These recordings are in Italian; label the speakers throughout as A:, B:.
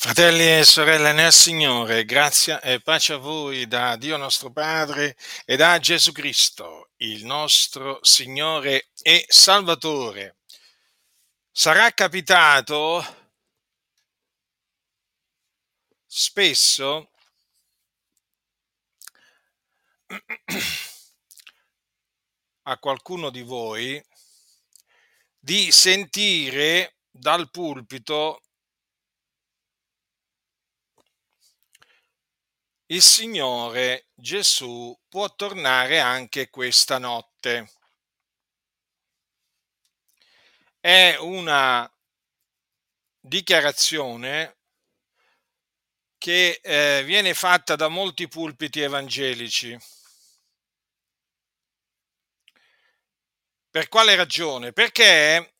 A: Fratelli e sorelle nel Signore, grazia e pace a voi da Dio nostro Padre e da Gesù Cristo, il nostro Signore e Salvatore. Sarà capitato spesso a qualcuno di voi di sentire dal pulpito: il Signore Gesù può tornare anche questa notte. È una dichiarazione che viene fatta da molti pulpiti evangelici. Per quale ragione? Perché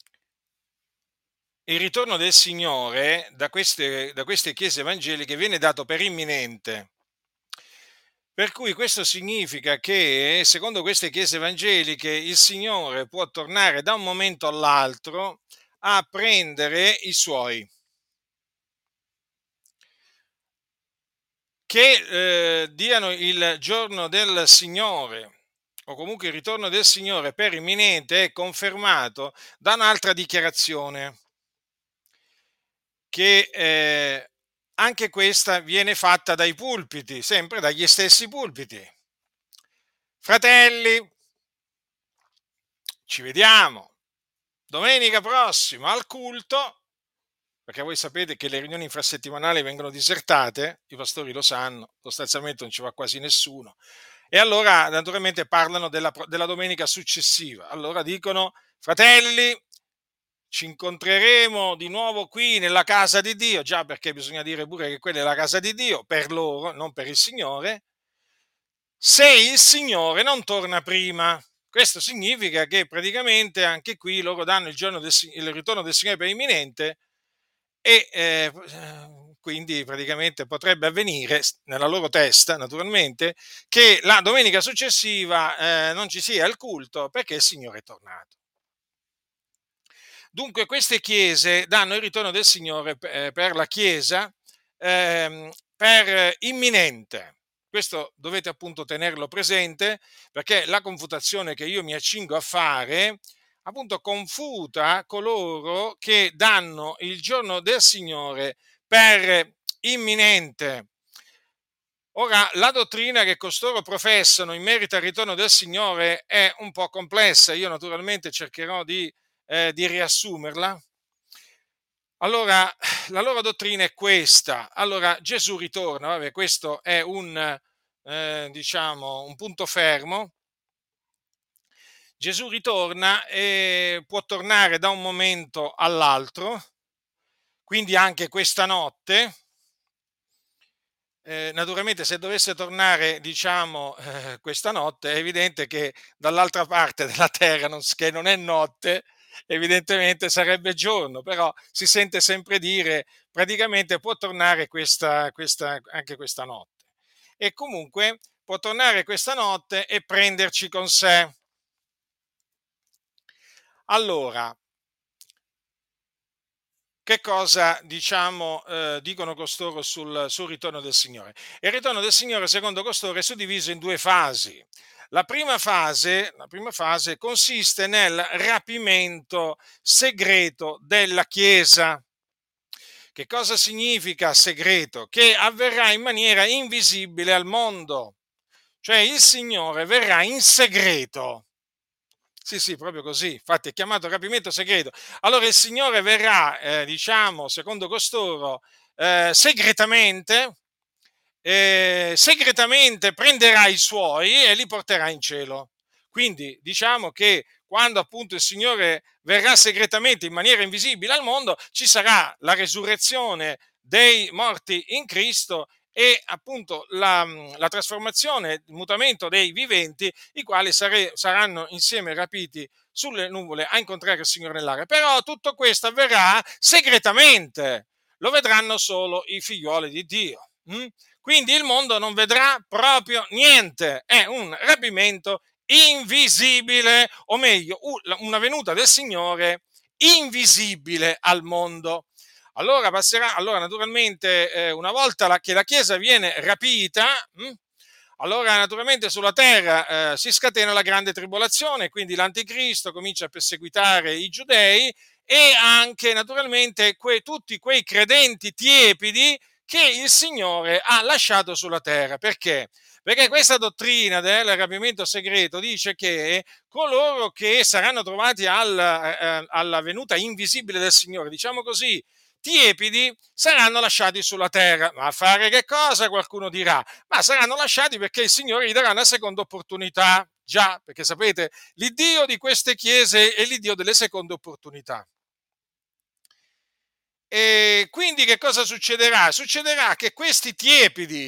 A: il ritorno del Signore da queste chiese evangeliche viene dato per imminente. Per cui questo significa che, secondo queste chiese evangeliche, il Signore può tornare da un momento all'altro a prendere i suoi. Che diano il giorno del Signore, o comunque il ritorno del Signore per imminente, è confermato da un'altra dichiarazione, che anche questa viene fatta dai pulpiti, sempre dagli stessi pulpiti. Fratelli, ci vediamo domenica prossima al culto, perché voi sapete che le riunioni infrasettimanali vengono disertate, i pastori lo sanno, sostanzialmente non ci va quasi nessuno. E allora naturalmente parlano della domenica successiva. Allora dicono: fratelli, ci incontreremo di nuovo qui nella casa di Dio, già, perché bisogna dire pure che quella è la casa di Dio, per loro, non per il Signore, se il Signore non torna prima. Questo significa che praticamente anche qui loro danno il ritorno del Signore per imminente, e quindi praticamente potrebbe avvenire nella loro testa, naturalmente, che la domenica successiva non ci sia il culto perché il Signore è tornato. Dunque queste chiese danno il ritorno del Signore per la Chiesa per imminente. Questo dovete appunto tenerlo presente, perché la confutazione che io mi accingo a fare appunto confuta coloro che danno il giorno del Signore per imminente. Ora, la dottrina che costoro professano in merito al ritorno del Signore è un po' complessa. Io naturalmente cercherò di riassumerla. Allora, la loro dottrina è questa. Allora, Gesù ritorna, vabbè, questo è diciamo, un punto fermo. Gesù ritorna e può tornare da un momento all'altro, quindi anche questa notte. Naturalmente, se dovesse tornare, diciamo, questa notte, è evidente che dall'altra parte della terra, che non è notte, evidentemente sarebbe giorno, però si sente sempre dire, praticamente può tornare anche questa notte. E comunque può tornare questa notte e prenderci con sé. Allora, che cosa, diciamo, dicono costoro sul ritorno del Signore? Il ritorno del Signore, secondo costoro, è suddiviso in due fasi. La prima fase consiste nel rapimento segreto della Chiesa. Che cosa significa segreto? Che avverrà in maniera invisibile al mondo. Cioè il Signore verrà in segreto. Sì, sì, proprio così. Infatti è chiamato rapimento segreto. Allora il Signore verrà, diciamo, secondo costoro, segretamente prenderà i suoi e li porterà in cielo. Quindi diciamo che quando appunto il Signore verrà segretamente in maniera invisibile al mondo, ci sarà la resurrezione dei morti in Cristo e appunto la trasformazione, il mutamento dei viventi, i quali saranno insieme rapiti sulle nuvole a incontrare il Signore nell'aria. Però tutto questo avverrà segretamente, lo vedranno solo i figlioli di Dio. Quindi il mondo non vedrà proprio niente, è un rapimento invisibile, o meglio, una venuta del Signore invisibile al mondo. Allora passerà, allora naturalmente una volta che la Chiesa viene rapita, allora naturalmente sulla terra si scatena la grande tribolazione, quindi l'anticristo comincia a perseguitare i giudei e anche naturalmente tutti quei credenti tiepidi che il Signore ha lasciato sulla terra. Perché? Perché questa dottrina del rapimento segreto dice che coloro che saranno trovati alla venuta invisibile del Signore, diciamo così, tiepidi, saranno lasciati sulla terra. Ma a fare che cosa? Qualcuno dirà. Ma saranno lasciati perché il Signore gli darà una seconda opportunità. Già, perché sapete, l'Iddio di queste chiese è l'Iddio delle seconde opportunità. E quindi che cosa succederà? Succederà che questi tiepidi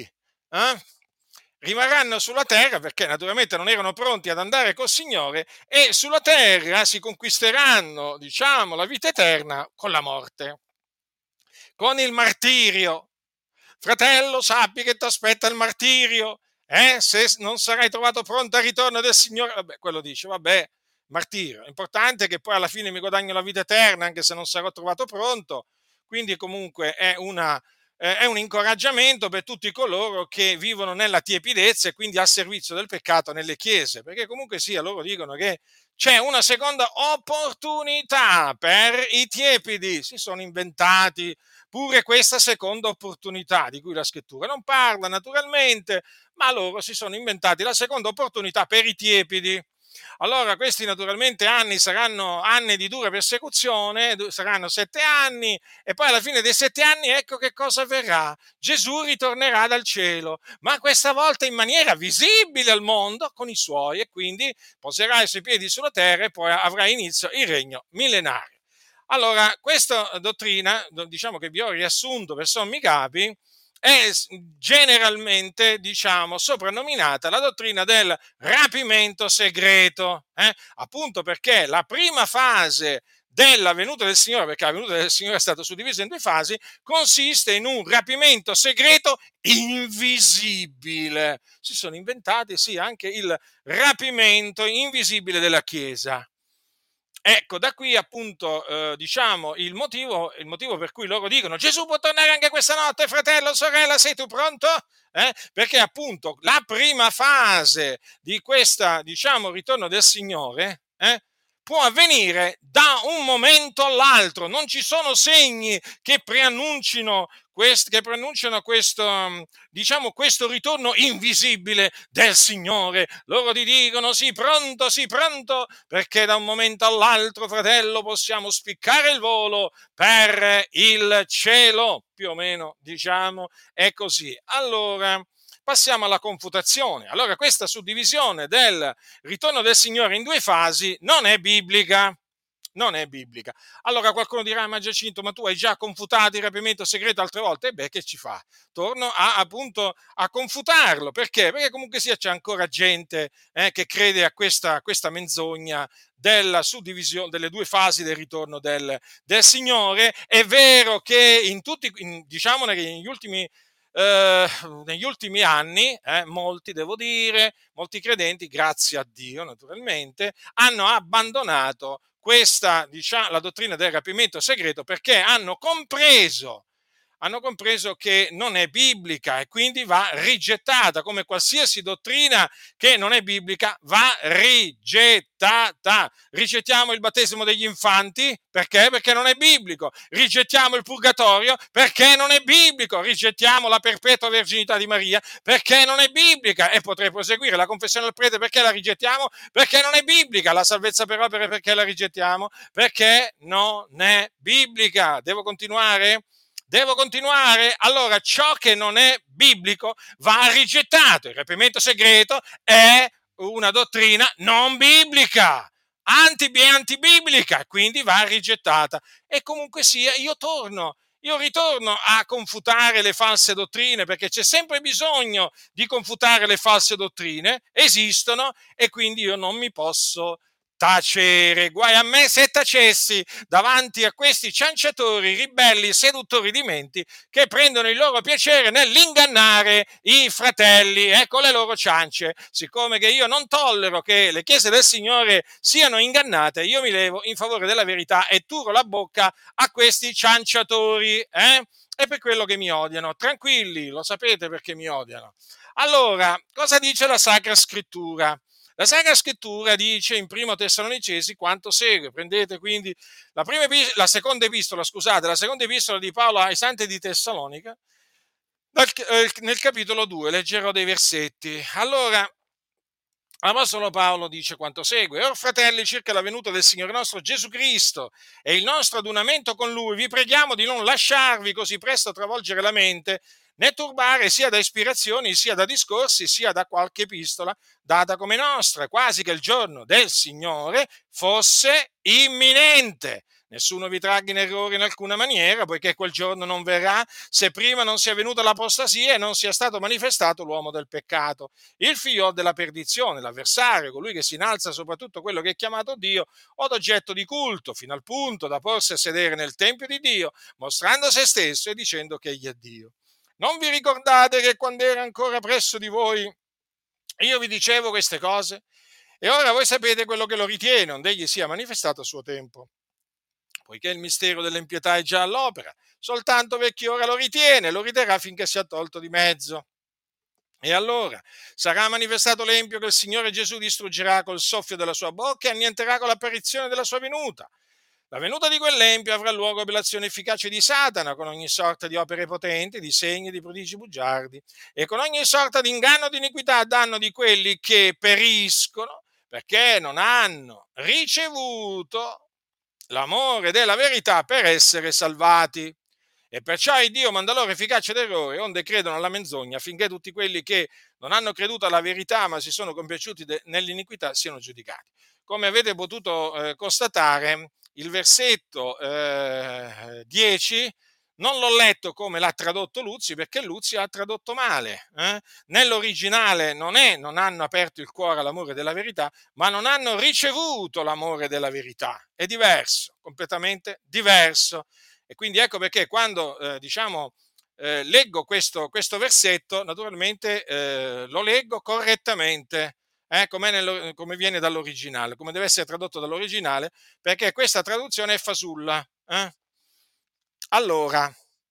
A: rimarranno sulla terra perché naturalmente non erano pronti ad andare col Signore e sulla terra si conquisteranno, diciamo, la vita eterna con la morte, con il martirio. Fratello, sappi che ti aspetta il martirio, se non sarai trovato pronto al ritorno del Signore. Vabbè, quello dice, vabbè, martirio. L'importante è che poi alla fine mi guadagno la vita eterna, anche se non sarò trovato pronto. Quindi comunque è un incoraggiamento per tutti coloro che vivono nella tiepidezza e quindi al servizio del peccato nelle chiese, perché comunque sia, loro dicono che c'è una seconda opportunità per i tiepidi, si sono inventati pure questa seconda opportunità di cui la scrittura non parla naturalmente, ma loro si sono inventati la seconda opportunità per i tiepidi. Allora questi naturalmente anni saranno anni di dura persecuzione, saranno 7 anni e poi alla fine dei 7 anni ecco che cosa avverrà. Gesù ritornerà dal cielo, ma questa volta in maniera visibile al mondo con i suoi e quindi poserà i suoi piedi sulla terra e poi avrà inizio il regno millenario. Allora, questa dottrina, diciamo che vi ho riassunto per sommi capi, è generalmente, diciamo, soprannominata la dottrina del rapimento segreto, appunto perché la prima fase della venuta del Signore, perché la venuta del Signore è stata suddivisa in due fasi, consiste in un rapimento segreto invisibile. Si sono inventati, sì, anche il rapimento invisibile della Chiesa. Ecco, da qui appunto, diciamo, il motivo per cui loro dicono Gesù può tornare anche questa notte, fratello, sorella, sei tu pronto? Perché appunto la prima fase di questa, diciamo, ritorno del Signore, può avvenire da un momento all'altro, non ci sono segni che preannunciano questo, diciamo, questo ritorno invisibile del Signore. Loro ti dicono sì pronto, perché da un momento all'altro, fratello, possiamo spiccare il volo per il cielo, più o meno, diciamo, è così. Allora, passiamo alla confutazione. Allora, questa suddivisione del ritorno del Signore in due fasi non è biblica. Non è biblica. Allora qualcuno dirà, ma Giacinto, ma tu hai già confutato il rapimento segreto altre volte? E beh, che ci fa? Torno appunto a confutarlo. Perché? Perché comunque sia c'è ancora gente che crede a questa menzogna della suddivisione delle due fasi del ritorno del Signore. È vero che diciamo negli ultimi anni, molti, devo dire, molti credenti, grazie a Dio naturalmente, hanno abbandonato diciamo, la dottrina del rapimento segreto perché hanno compreso che non è biblica e quindi va rigettata, come qualsiasi dottrina che non è biblica va rigettata. Rigettiamo il battesimo degli infanti, perché? Perché non è biblico. Rigettiamo il purgatorio, perché non è biblico. Rigettiamo la perpetua verginità di Maria, perché non è biblica. E potrei proseguire la confessione del prete, perché la rigettiamo? Perché non è biblica. La salvezza per opere, perché la rigettiamo? Perché non è biblica. Devo continuare? Devo continuare? Allora, ciò che non è biblico va rigettato. Il rapimento segreto è una dottrina non biblica, antibiblica, quindi va rigettata. E comunque sia, io ritorno a confutare le false dottrine, perché c'è sempre bisogno di confutare le false dottrine, esistono, e quindi io non mi posso tacere, guai a me se tacessi davanti a questi cianciatori, ribelli, seduttori di menti che prendono il loro piacere nell'ingannare i fratelli, ecco le loro ciance. Siccome che io non tollero che le chiese del Signore siano ingannate, io mi levo in favore della verità e turo la bocca a questi cianciatori, E per quello che mi odiano. Tranquilli, lo sapete perché mi odiano. Allora, cosa dice la Sacra Scrittura? La Sacra Scrittura dice in Primo Tessalonicesi quanto segue. Prendete quindi la seconda epistola, scusate, la seconda epistola di Paolo ai Santi di Tessalonica, nel capitolo 2, leggerò dei versetti. Allora, l'Apostolo Paolo dice quanto segue: Or fratelli, circa la venuta del Signore nostro Gesù Cristo e il nostro adunamento con Lui, vi preghiamo di non lasciarvi così presto travolgere la mente, né turbare sia da ispirazioni, sia da discorsi, sia da qualche epistola data come nostra, quasi che il giorno del Signore fosse imminente. Nessuno vi tragga in errore in alcuna maniera, poiché quel giorno non verrà se prima non sia venuta l'apostasia e non sia stato manifestato l'uomo del peccato, il figlio della perdizione, l'avversario, colui che si innalza soprattutto quello che è chiamato Dio o d'oggetto di culto, fino al punto da porsi a sedere nel Tempio di Dio, mostrando se stesso e dicendo che egli è Dio. Non vi ricordate che quando era ancora presso di voi io vi dicevo queste cose? E ora voi sapete quello che lo ritiene, onde egli sia manifestato a suo tempo. Poiché il mistero dell'impietà è già all'opera, soltanto per chi ora lo ritiene, lo riterrà finché sia tolto di mezzo. E allora sarà manifestato l'empio che il Signore Gesù distruggerà col soffio della sua bocca e annienterà con l'apparizione della sua venuta. La venuta di quell'empio avrà luogo per l'azione efficace di Satana, con ogni sorta di opere potenti, di segni, di prodigi bugiardi, e con ogni sorta di inganno di iniquità a danno di quelli che periscono, perché non hanno ricevuto l'amore della verità per essere salvati. E perciò il Dio manda loro efficacia d'errore, onde credono alla menzogna, affinché tutti quelli che non hanno creduto alla verità, ma si sono compiaciuti nell'iniquità, siano giudicati. Come avete potuto constatare, il versetto 10 non l'ho letto come l'ha tradotto Luzzi, perché Luzzi ha tradotto male. Nell'originale non hanno aperto il cuore all'amore della verità, ma non hanno ricevuto l'amore della verità. È diverso, completamente diverso. E quindi ecco perché quando leggo questo versetto, naturalmente lo leggo correttamente, come viene dall'originale, come deve essere tradotto dall'originale, perché questa traduzione è fasulla. Allora,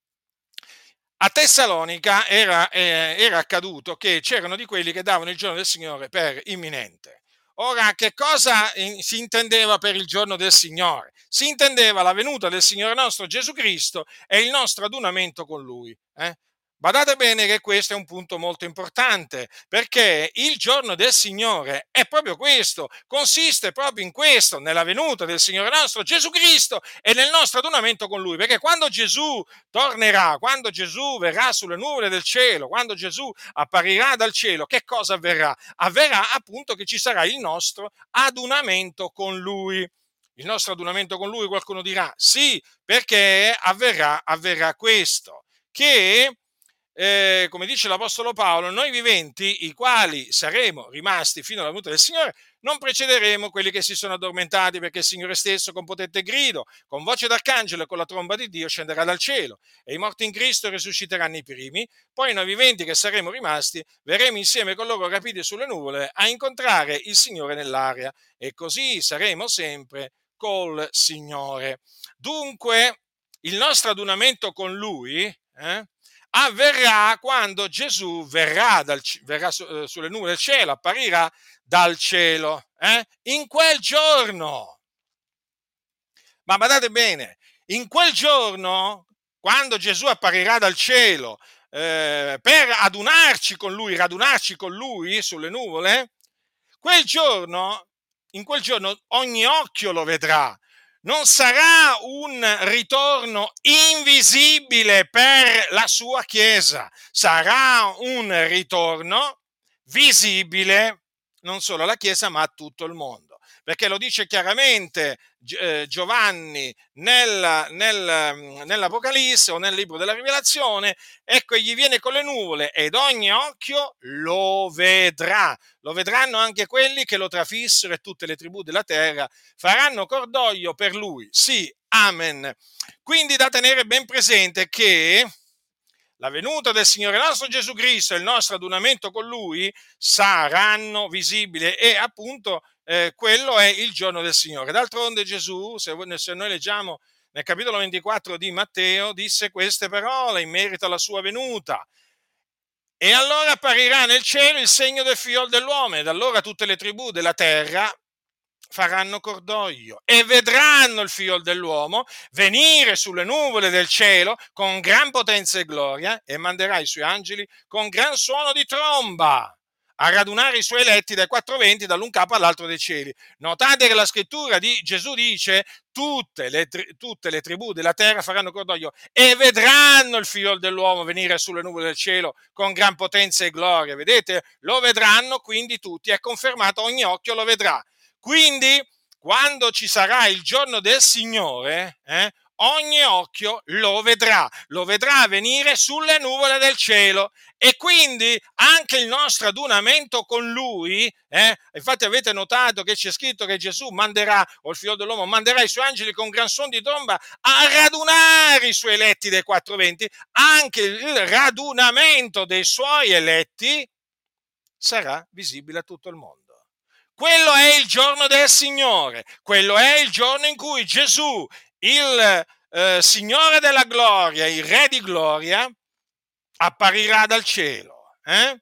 A: a Tessalonica era accaduto che c'erano di quelli che davano il giorno del Signore per imminente. Ora, che cosa si intendeva per il giorno del Signore? Si intendeva la venuta del Signore nostro Gesù Cristo e il nostro adunamento con Lui. Badate bene che questo è un punto molto importante, perché il giorno del Signore è proprio questo, consiste proprio in questo, nella venuta del Signore nostro Gesù Cristo e nel nostro adunamento con Lui, perché quando Gesù tornerà, quando Gesù verrà sulle nuvole del cielo, quando Gesù apparirà dal cielo, che cosa avverrà? Avverrà appunto che ci sarà il nostro adunamento con Lui. Il nostro adunamento con Lui, qualcuno dirà, sì, perché avverrà questo, che come dice l'Apostolo Paolo, noi viventi, i quali saremo rimasti fino alla venuta del Signore, non precederemo quelli che si sono addormentati, perché il Signore stesso con potente grido, con voce d'arcangelo e con la tromba di Dio scenderà dal cielo e i morti in Cristo risusciteranno i primi, poi noi viventi che saremo rimasti verremo insieme con loro rapiti sulle nuvole a incontrare il Signore nell'aria e così saremo sempre col Signore. Dunque, il nostro adunamento con Lui avverrà quando Gesù verrà sulle nuvole del cielo, apparirà dal cielo, in quel giorno. Ma badate bene, in quel giorno, quando Gesù apparirà dal cielo per radunarci con lui sulle nuvole, quel giorno, in quel giorno ogni occhio lo vedrà. Non sarà un ritorno invisibile per la sua Chiesa, sarà un ritorno visibile non solo alla Chiesa ma a tutto il mondo. perché lo dice chiaramente Giovanni nell'Apocalisse o nel libro della Rivelazione. Ecco, egli viene con le nuvole ed ogni occhio lo vedrà. Lo vedranno anche quelli che lo trafissero, e tutte le tribù della terra faranno cordoglio per lui. Sì, amen. Quindi da tenere ben presente che la venuta del Signore nostro Gesù Cristo e il nostro adunamento con Lui saranno visibili, e appunto quello è il giorno del Signore. D'altronde Gesù, se noi leggiamo nel capitolo 24 di Matteo, disse queste parole in merito alla sua venuta. E allora apparirà nel cielo il segno del figlio dell'uomo, ed allora tutte le tribù della terra faranno cordoglio e vedranno il figlio dell'uomo venire sulle nuvole del cielo con gran potenza e gloria, e manderà i suoi angeli con gran suono di tromba a radunare i suoi eletti dai quattro venti, dall'un capo all'altro dei cieli. Notate che la scrittura di Gesù dice tutte le tribù della terra faranno cordoglio e vedranno il figlio dell'uomo venire sulle nuvole del cielo con gran potenza e gloria. Vedete? Lo vedranno quindi tutti, è confermato, ogni occhio lo vedrà. Quindi, quando ci sarà il giorno del Signore, ogni occhio lo vedrà venire sulle nuvole del cielo, e quindi anche il nostro adunamento con Lui, infatti avete notato che c'è scritto che Gesù manderà, o il figlio dell'uomo manderà i suoi angeli con gran suono di tromba a radunare i suoi eletti dai quattro venti. Anche il radunamento dei suoi eletti sarà visibile a tutto il mondo. Quello è il giorno del Signore, quello è il giorno in cui Gesù, il Signore della gloria, il Re di gloria, apparirà dal cielo,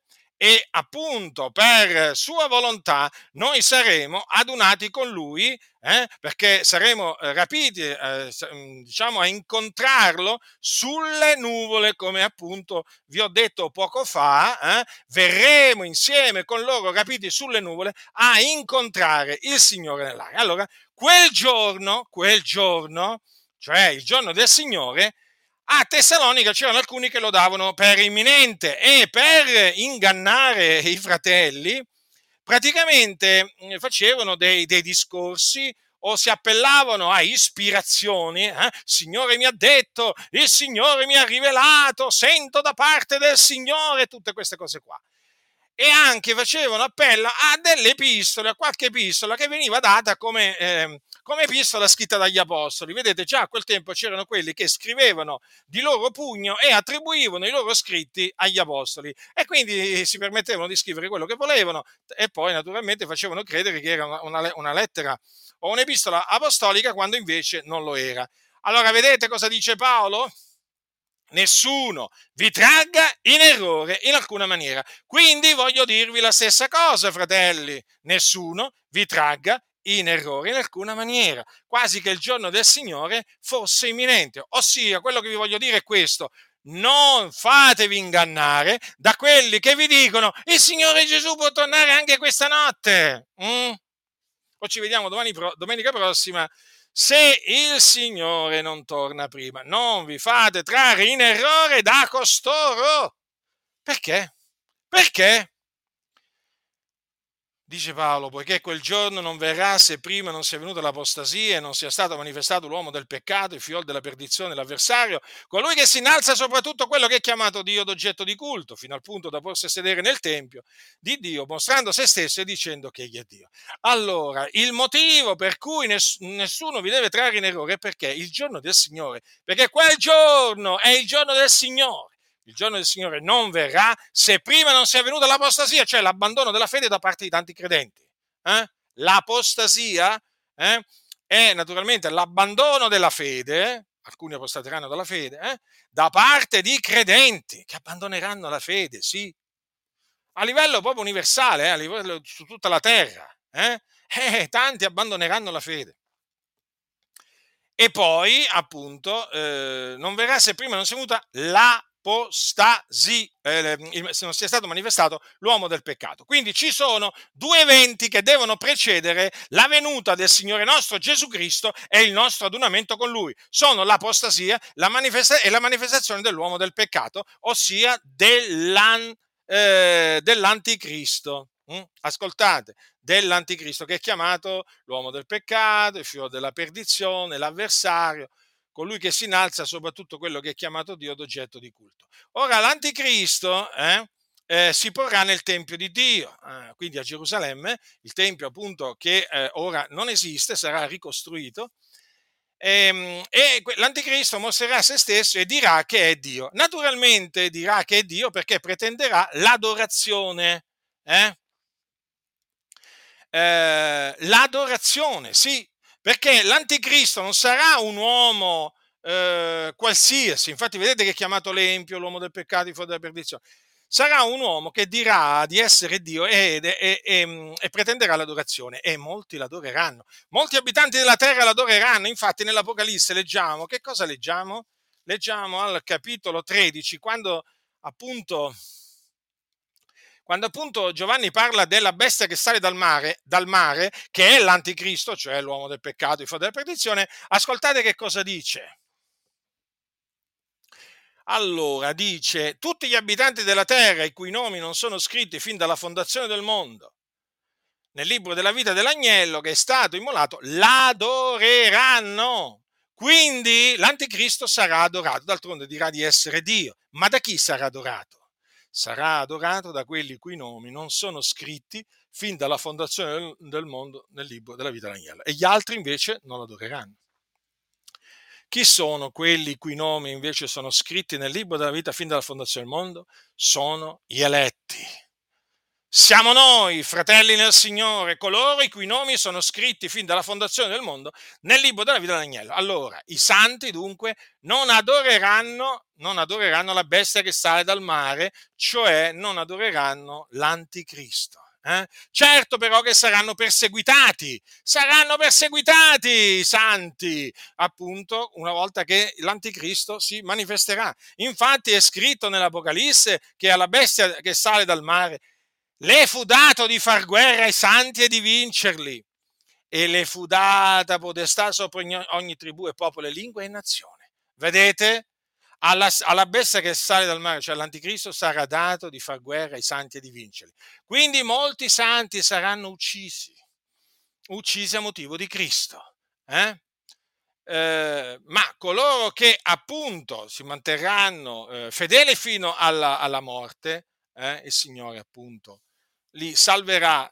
A: e appunto per sua volontà noi saremo adunati con lui, perché saremo rapiti, diciamo, a incontrarlo sulle nuvole, come appunto vi ho detto poco fa. Verremo insieme con loro rapiti sulle nuvole a incontrare il Signore nell'aria. Allora, quel giorno, cioè il giorno del Signore, a Tessalonica c'erano alcuni che lo davano per imminente, e per ingannare i fratelli praticamente facevano dei discorsi o si appellavano a ispirazioni. Signore mi ha detto, il Signore mi ha rivelato, sento da parte del Signore, tutte queste cose qua. E anche facevano appello a delle epistole, a qualche epistola che veniva data come epistola scritta dagli apostoli. Vedete, già a quel tempo c'erano quelli che scrivevano di loro pugno e attribuivano i loro scritti agli apostoli, e quindi si permettevano di scrivere quello che volevano, e poi naturalmente facevano credere che era una lettera o un'epistola apostolica, quando invece non lo era. Allora vedete cosa dice Paolo? Nessuno vi tragga in errore in alcuna maniera. Quindi voglio dirvi la stessa cosa, fratelli. Nessuno vi tragga in errore in alcuna maniera, quasi che il giorno del Signore fosse imminente. Ossia, quello che vi voglio dire è questo: non fatevi ingannare da quelli che vi dicono il Signore Gesù può tornare anche questa notte. O ci vediamo domenica prossima, se il Signore non torna prima. Non vi fate trarre in errore da costoro. Perché? Perché? Dice Paolo, poiché quel giorno non verrà se prima non sia venuta l'apostasia e non sia stato manifestato l'uomo del peccato, il figlio della perdizione, l'avversario, colui che si innalza sopra tutto quello che è chiamato Dio d'oggetto di culto, fino al punto da porsi a sedere nel Tempio di Dio, mostrando se stesso e dicendo che egli è Dio. Allora, il motivo per cui nessuno vi deve trarre in errore è perché il giorno del Signore, perché quel giorno è il giorno del Signore. Il giorno del Signore non verrà se prima non sia venuta l'apostasia, cioè l'abbandono della fede da parte di tanti credenti. L'apostasia è naturalmente l'abbandono della fede, alcuni apostateranno dalla fede, da parte di credenti che abbandoneranno la fede, sì, a livello proprio universale, a livello su tutta la terra. Tanti abbandoneranno la fede. E poi, appunto, non verrà se prima non sia venuta se non sia stato manifestato l'uomo del peccato. Quindi ci sono due eventi che devono precedere la venuta del Signore nostro Gesù Cristo e il nostro adunamento con Lui. Sono l'apostasia e la manifestazione dell'uomo del peccato, ossia dell'anticristo. Ascoltate, dell'anticristo che è chiamato l'uomo del peccato, il figlio della perdizione, l'avversario, colui che si innalza soprattutto quello che è chiamato Dio d'oggetto di culto. Ora l'anticristo si porrà nel Tempio di Dio, quindi a Gerusalemme, il Tempio appunto che ora non esiste, sarà ricostruito, l'anticristo mostrerà se stesso e dirà che è Dio. Naturalmente dirà che è Dio perché pretenderà l'adorazione. Eh? L'adorazione, sì, perché l'anticristo non sarà un uomo qualsiasi, infatti vedete che è chiamato l'empio, l'uomo del peccato, il figlio della perdizione. Sarà un uomo che dirà di essere Dio e pretenderà l'adorazione e molti l'adoreranno. Molti abitanti della terra l'adoreranno, infatti nell'Apocalisse leggiamo, che cosa leggiamo? Leggiamo al capitolo 13, appunto quando appunto Giovanni parla della bestia che sale dal mare, che è l'anticristo, cioè l'uomo del peccato, il figlio della perdizione, ascoltate che cosa dice. Allora, dice, tutti gli abitanti della terra, i cui nomi non sono scritti fin dalla fondazione del mondo, nel libro della vita dell'agnello che è stato immolato, l'adoreranno. Quindi l'anticristo sarà adorato, d'altronde dirà di essere Dio. Ma da chi sarà adorato? Sarà adorato da quelli i cui nomi non sono scritti fin dalla fondazione del mondo nel libro della vita dell'agnello. E gli altri invece non lo adoreranno. Chi sono quelli i cui nomi invece sono scritti nel libro della vita fin dalla fondazione del mondo? Sono gli eletti. Siamo noi, fratelli nel Signore, coloro i cui nomi sono scritti fin dalla fondazione del mondo nel libro della vita dell'agnello. Allora, i santi dunque non adoreranno la bestia che sale dal mare, cioè non adoreranno l'anticristo. Certo però che saranno perseguitati i santi, appunto, una volta che l'anticristo si manifesterà. Infatti è scritto nell'Apocalisse che alla bestia che sale dal mare le fu dato di far guerra ai santi e di vincerli, e le fu data potestà sopra ogni tribù e popolo e lingua e nazione. Vedete? Alla bestia che sale dal mare, cioè all'anticristo, sarà dato di far guerra ai santi e di vincerli. Quindi molti santi saranno uccisi a motivo di Cristo. Ma coloro che appunto si manterranno fedeli fino alla morte, il Signore appunto li salverà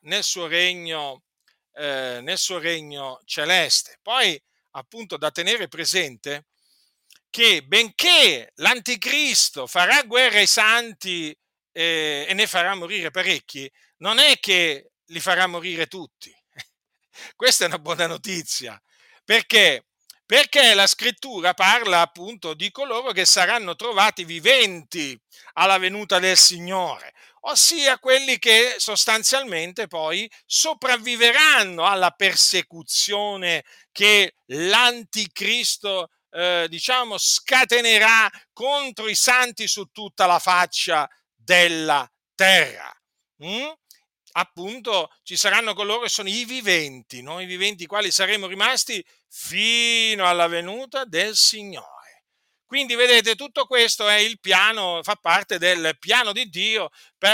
A: nel suo regno celeste. Poi appunto da tenere presente che benché l'anticristo farà guerra ai santi e ne farà morire parecchi, non è che li farà morire tutti. Questa è una buona notizia. Perché? Perché la scrittura parla appunto di coloro che saranno trovati viventi alla venuta del Signore, ossia quelli che sostanzialmente poi sopravviveranno alla persecuzione che l'anticristo scatenerà contro i santi su tutta la faccia della terra. Mm? Appunto ci saranno coloro che sono i viventi, noi viventi quali saremo rimasti fino alla venuta del Signore. Quindi vedete, tutto questo è il piano, fa parte del piano di Dio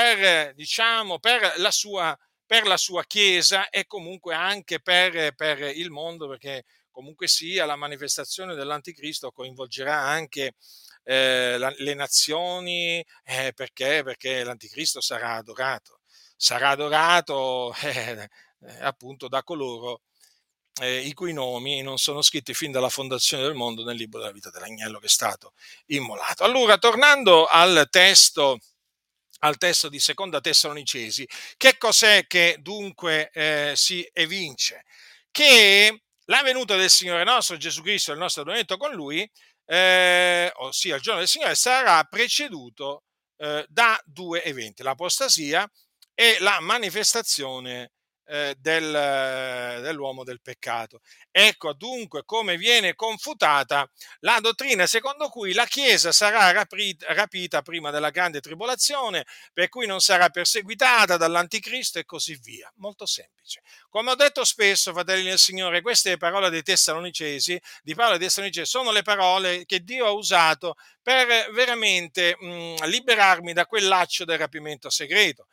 A: per la sua Chiesa e comunque anche per il mondo, perché comunque sia la manifestazione dell'Anticristo coinvolgerà anche le nazioni, perché l'Anticristo sarà adorato appunto da coloro i cui nomi non sono scritti fin dalla fondazione del mondo nel libro della vita dell'agnello che è stato immolato. Allora, tornando al testo di Seconda Tessalonicesi, che cos'è che dunque si evince? Che la venuta del Signore nostro Gesù Cristo, il nostro advenimento con Lui, ossia il giorno del Signore, sarà preceduto da due eventi: l'apostasia e la manifestazione dell'uomo del peccato. Ecco dunque come viene confutata la dottrina secondo cui la Chiesa sarà rapita prima della grande tribolazione, per cui non sarà perseguitata dall'anticristo e così via. Molto semplice. Come ho detto spesso, fratelli del Signore, queste parole dei Tessalonicesi, di Paolo dei Tessalonicesi, sono le parole che Dio ha usato per veramente liberarmi da quel laccio del rapimento segreto.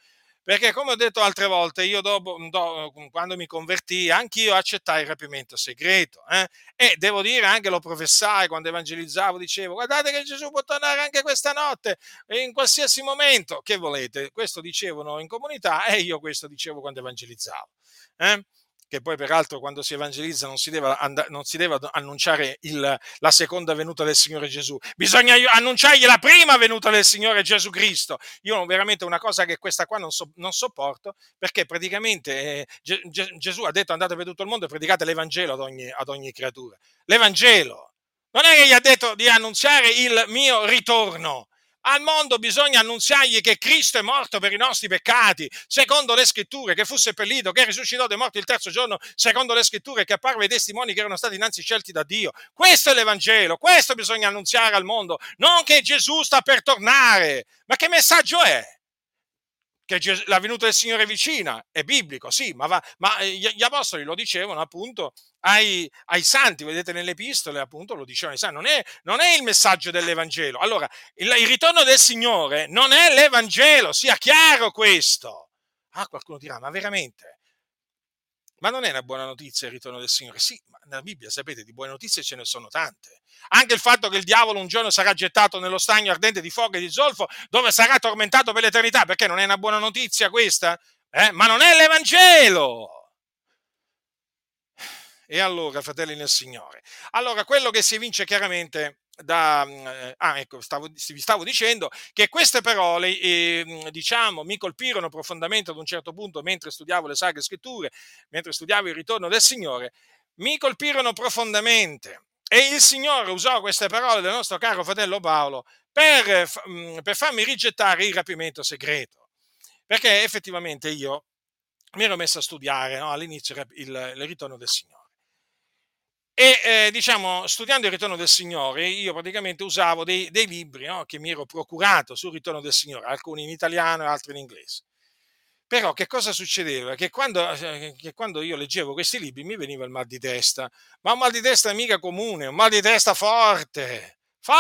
A: Perché come ho detto altre volte, io quando mi convertii, anch'io accettai il rapimento segreto, e devo dire anche lo professai quando evangelizzavo, dicevo guardate che Gesù può tornare anche questa notte, e in qualsiasi momento, che volete, questo dicevano in comunità e io questo dicevo quando evangelizzavo. Eh? Che poi peraltro quando si evangelizza non si deve annunciare la seconda venuta del Signore Gesù, bisogna annunciargli la prima venuta del Signore Gesù Cristo. Io veramente una cosa che questa qua non sopporto, perché praticamente Gesù ha detto andate per tutto il mondo e predicate l'Evangelo ad ogni creatura. L'Evangelo! Non è che gli ha detto di annunziare il mio ritorno. Al mondo bisogna annunziargli che Cristo è morto per i nostri peccati, secondo le scritture, che fu seppellito, che risuscitò dai morti il terzo giorno, secondo le scritture, che apparve ai testimoni che erano stati innanzi scelti da Dio. Questo è l'Evangelo, questo bisogna annunziare al mondo, non che Gesù sta per tornare. Ma che messaggio è? Che la venuta del Signore è vicina, è biblico, sì, ma gli apostoli lo dicevano appunto ai santi, vedete nelle epistole appunto lo dicevano ai santi, non è il messaggio dell'Evangelo. Allora, il ritorno del Signore non è l'Evangelo, sia chiaro questo. Ah, qualcuno dirà, ma veramente? Ma non è una buona notizia il ritorno del Signore? Sì, ma nella Bibbia, sapete, di buone notizie ce ne sono tante. Anche il fatto che il diavolo un giorno sarà gettato nello stagno ardente di fuoco e di zolfo, dove sarà tormentato per l'eternità, perché non è una buona notizia questa? Ma non è l'Evangelo! E allora, fratelli nel Signore, allora quello che si evince chiaramente ecco, vi stavo dicendo che queste parole, diciamo, mi colpirono profondamente ad un certo punto mentre studiavo le Sacre Scritture, mentre studiavo il ritorno del Signore, mi colpirono profondamente. E il Signore usò queste parole del nostro caro fratello Paolo per farmi rigettare il rapimento segreto. Perché effettivamente io mi ero messo a studiare, no, all'inizio il ritorno del Signore. E diciamo, studiando il ritorno del Signore, io praticamente usavo dei libri, no, che mi ero procurato sul ritorno del Signore, alcuni in italiano e altri in inglese. Però che cosa succedeva? Che quando io leggevo questi libri mi veniva il mal di testa, ma un mal di testa mica comune, un mal di testa forte,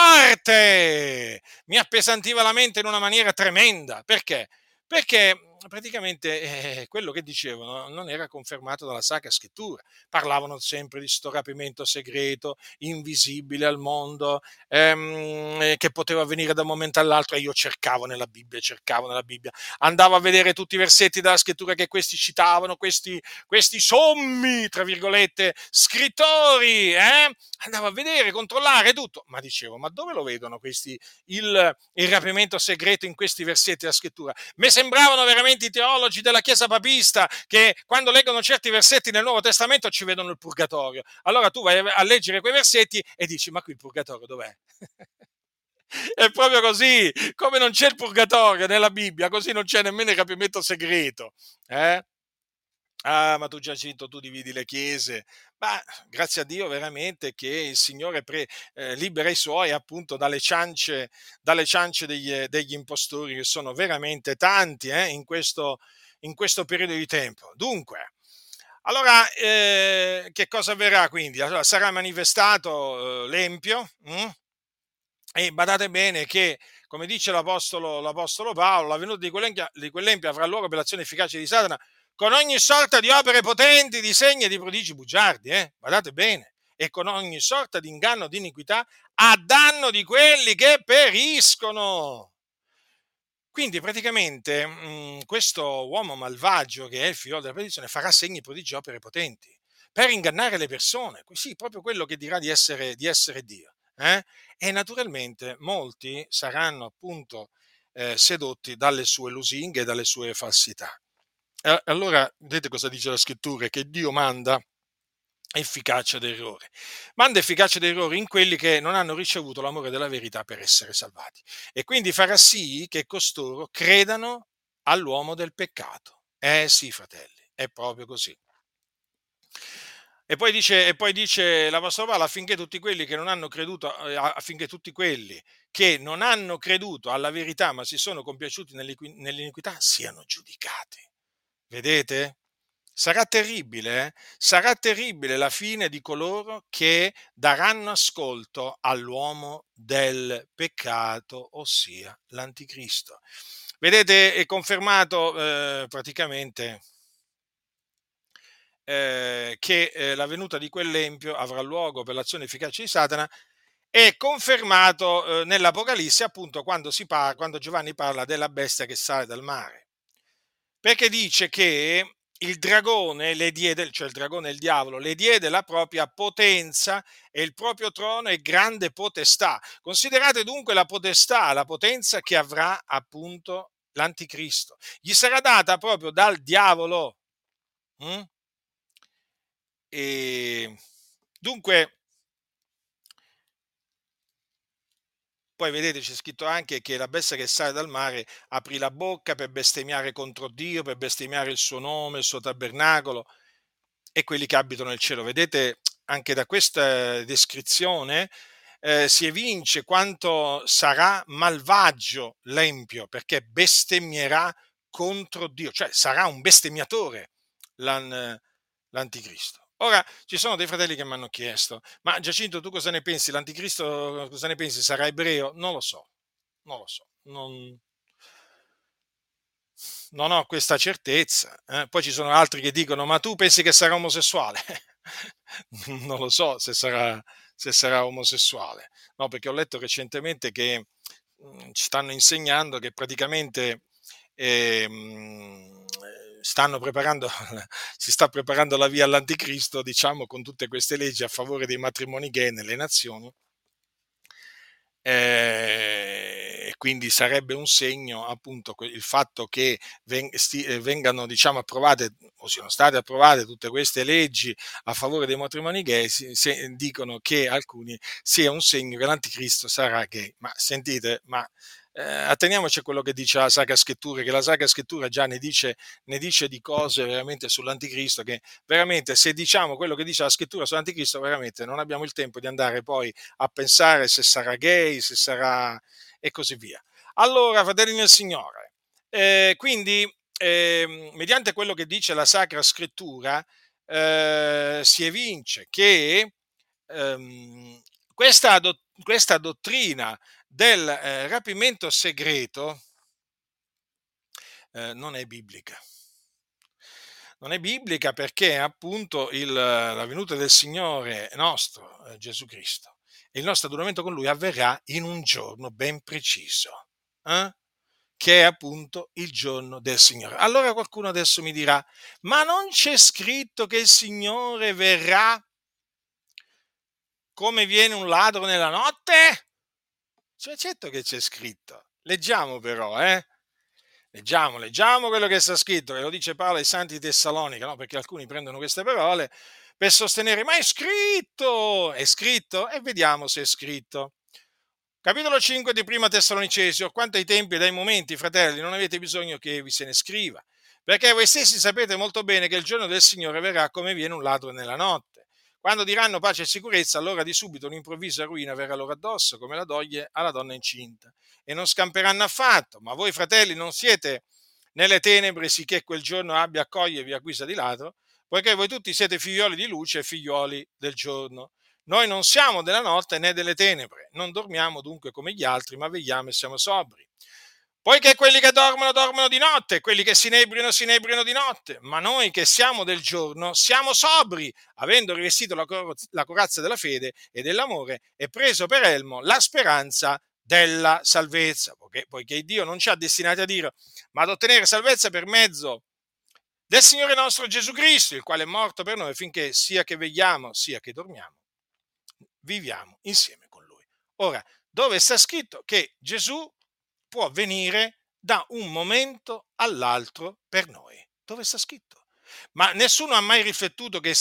A: forte! Mi appesantiva la mente in una maniera tremenda. Perché? Perché praticamente quello che dicevano non era confermato dalla Sacra Scrittura. Parlavano sempre di sto rapimento segreto, invisibile al mondo, che poteva avvenire da un momento all'altro, e io cercavo nella Bibbia, andavo a vedere tutti i versetti della scrittura che questi citavano, questi sommi, tra virgolette, scrittori, andavo a vedere, controllare tutto, ma dicevo, ma dove lo vedono questi, il rapimento segreto in questi versetti della scrittura? Mi sembravano veramente i teologi della Chiesa papista che quando leggono certi versetti nel Nuovo Testamento ci vedono il purgatorio. Allora tu vai a leggere quei versetti e dici, ma qui il purgatorio dov'è? È proprio così, come non c'è il purgatorio nella Bibbia, così non c'è nemmeno il rapimento segreto. Eh? Ah, ma tu Giacinto, tu dividi le chiese. Ma grazie a Dio veramente che il Signore libera i suoi appunto dalle ciance degli impostori, che sono veramente tanti in questo periodo di tempo. Dunque, allora, che cosa avverrà quindi? Allora, sarà manifestato l'empio. E badate bene che, come dice l'Apostolo Paolo, la venuta di quell'empio avrà luogo per l'azione efficace di Satana con ogni sorta di opere potenti, di segni e di prodigi bugiardi, badate bene, e con ogni sorta di inganno, di iniquità, a danno di quelli che periscono. Quindi praticamente questo uomo malvagio, che è il figlio della perdizione, farà segni, prodigi e opere potenti per ingannare le persone, sì, proprio quello che dirà di essere Dio. E naturalmente molti saranno appunto sedotti dalle sue lusinghe e dalle sue falsità. Allora, vedete cosa dice la scrittura? Che Dio manda efficacia d'errore. Manda efficacia d'errore in quelli che non hanno ricevuto l'amore della verità per essere salvati. E quindi farà sì che costoro credano all'uomo del peccato. Eh sì, fratelli, è proprio così. E poi dice l'Apostolo Paolo affinché tutti quelli che non hanno creduto, affinché tutti quelli che non hanno creduto alla verità ma si sono compiaciuti nell'iniquità siano giudicati. Vedete? Sarà terribile, sarà terribile la fine di coloro che daranno ascolto all'uomo del peccato, ossia l'anticristo. Vedete, è confermato praticamente che la venuta di quell'empio avrà luogo per l'azione efficace di Satana, è confermato nell'Apocalisse, appunto, quando Giovanni parla della bestia che sale dal mare, perché dice che il dragone le diede, cioè il dragone e il diavolo, le diede la propria potenza e il proprio trono e grande potestà. Considerate dunque la potenza che avrà appunto l'anticristo. Gli sarà data proprio dal diavolo. Mm? E dunque, poi vedete, c'è scritto anche che la bestia che sale dal mare aprì la bocca per bestemmiare contro Dio, per bestemmiare il suo nome, il suo tabernacolo e quelli che abitano nel cielo. Vedete, anche da questa descrizione si evince quanto sarà malvagio l'empio, perché bestemmierà contro Dio, cioè sarà un bestemmiatore l'anticristo. Ora, ci sono dei fratelli che mi hanno chiesto, ma Giacinto, tu cosa ne pensi? L'anticristo cosa ne pensi? Sarà ebreo? Non lo so, non lo so, non ho questa certezza. Poi ci sono altri che dicono, ma tu pensi che sarà omosessuale? Non lo so se sarà omosessuale, no, perché ho letto recentemente che ci stanno insegnando che praticamente stanno preparando, si sta preparando la via all'anticristo, diciamo, con tutte queste leggi a favore dei matrimoni gay nelle nazioni. E quindi sarebbe un segno, appunto, il fatto che vengano, diciamo, approvate o siano state approvate tutte queste leggi a favore dei matrimoni gay, dicono che alcuni sia un segno che l'anticristo sarà gay. Ma sentite, ma atteniamoci a quello che dice la Sacra Scrittura, che la Sacra Scrittura già ne dice di cose veramente sull'anticristo, che veramente, se diciamo quello che dice la Scrittura sull'anticristo, veramente non abbiamo il tempo di andare poi a pensare se sarà gay, se sarà e così via. Allora, fratelli nel Signore, quindi mediante quello che dice la Sacra Scrittura si evince che ehm, questa dottrina del rapimento segreto non è biblica. Non è biblica perché appunto la venuta del Signore nostro, Gesù Cristo, e il nostro adoramento con Lui avverrà in un giorno ben preciso, eh? Che è appunto il giorno del Signore. Allora qualcuno adesso mi dirà, ma non c'è scritto che il Signore verrà come viene un ladro nella notte? Cioè, certo che c'è scritto. Leggiamo però, eh? Leggiamo quello che sta scritto, che lo dice Paolo ai Santi di Tessalonica, no? Perché alcuni prendono queste parole per sostenere, ma è scritto, e vediamo se è scritto. Capitolo 5 di Prima Tessalonicesi, or quanto ai tempi e dai momenti, fratelli, non avete bisogno che vi se ne scriva, perché voi stessi sapete molto bene che il giorno del Signore verrà come viene un ladro nella notte. Quando diranno pace e sicurezza, allora di subito un'improvvisa ruina verrà loro addosso, come la doglie alla donna incinta, e non scamperanno affatto. Ma voi, fratelli, non siete nelle tenebre, sicché quel giorno abbia a cogliervi a guisa di ladro, poiché voi tutti siete figlioli di luce e figlioli del giorno. Noi non siamo della notte né delle tenebre, non dormiamo dunque come gli altri, ma vegliamo e siamo sobri. Poiché quelli che dormono, dormono di notte, quelli che si inebriano di notte, ma noi che siamo del giorno siamo sobri, avendo rivestito la corazza della fede e dell'amore e preso per elmo la speranza della salvezza, poiché Dio non ci ha destinati a dire, ma ad ottenere salvezza per mezzo del Signore nostro Gesù Cristo, il quale è morto per noi, finché sia che vegliamo, sia che dormiamo, viviamo insieme con Lui. Ora, dove sta scritto che Gesù può venire da un momento all'altro per noi? Dove sta scritto? Ma nessuno ha mai riflettuto che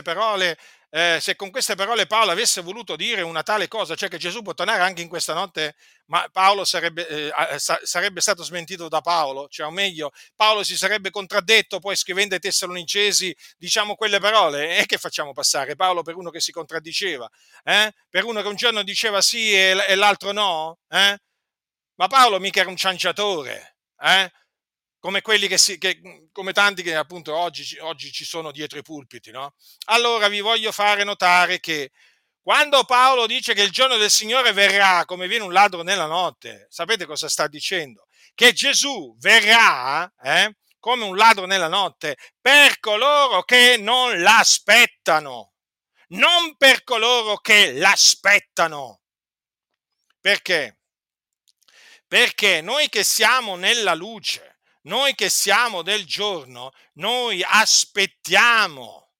A: se con queste parole Paolo avesse voluto dire una tale cosa, cioè che Gesù può tornare anche in questa notte, ma Paolo sarebbe stato smentito da Paolo, cioè o meglio, Paolo si sarebbe contraddetto poi scrivendo ai Tessalonicesi, diciamo, quelle parole, e che facciamo passare Paolo per uno che si contraddiceva, per uno che un giorno diceva sì e l'altro no? Ma Paolo mica era un cianciatore, come quelli come tanti che appunto oggi ci sono dietro i pulpiti, no? Allora vi voglio fare notare che quando Paolo dice che il giorno del Signore verrà come viene un ladro nella notte, sapete cosa sta dicendo? che Gesù verrà come un ladro nella notte per coloro che non l'aspettano, non per coloro che l'aspettano. Perché? Perché noi che siamo nella luce, noi che siamo del giorno, noi aspettiamo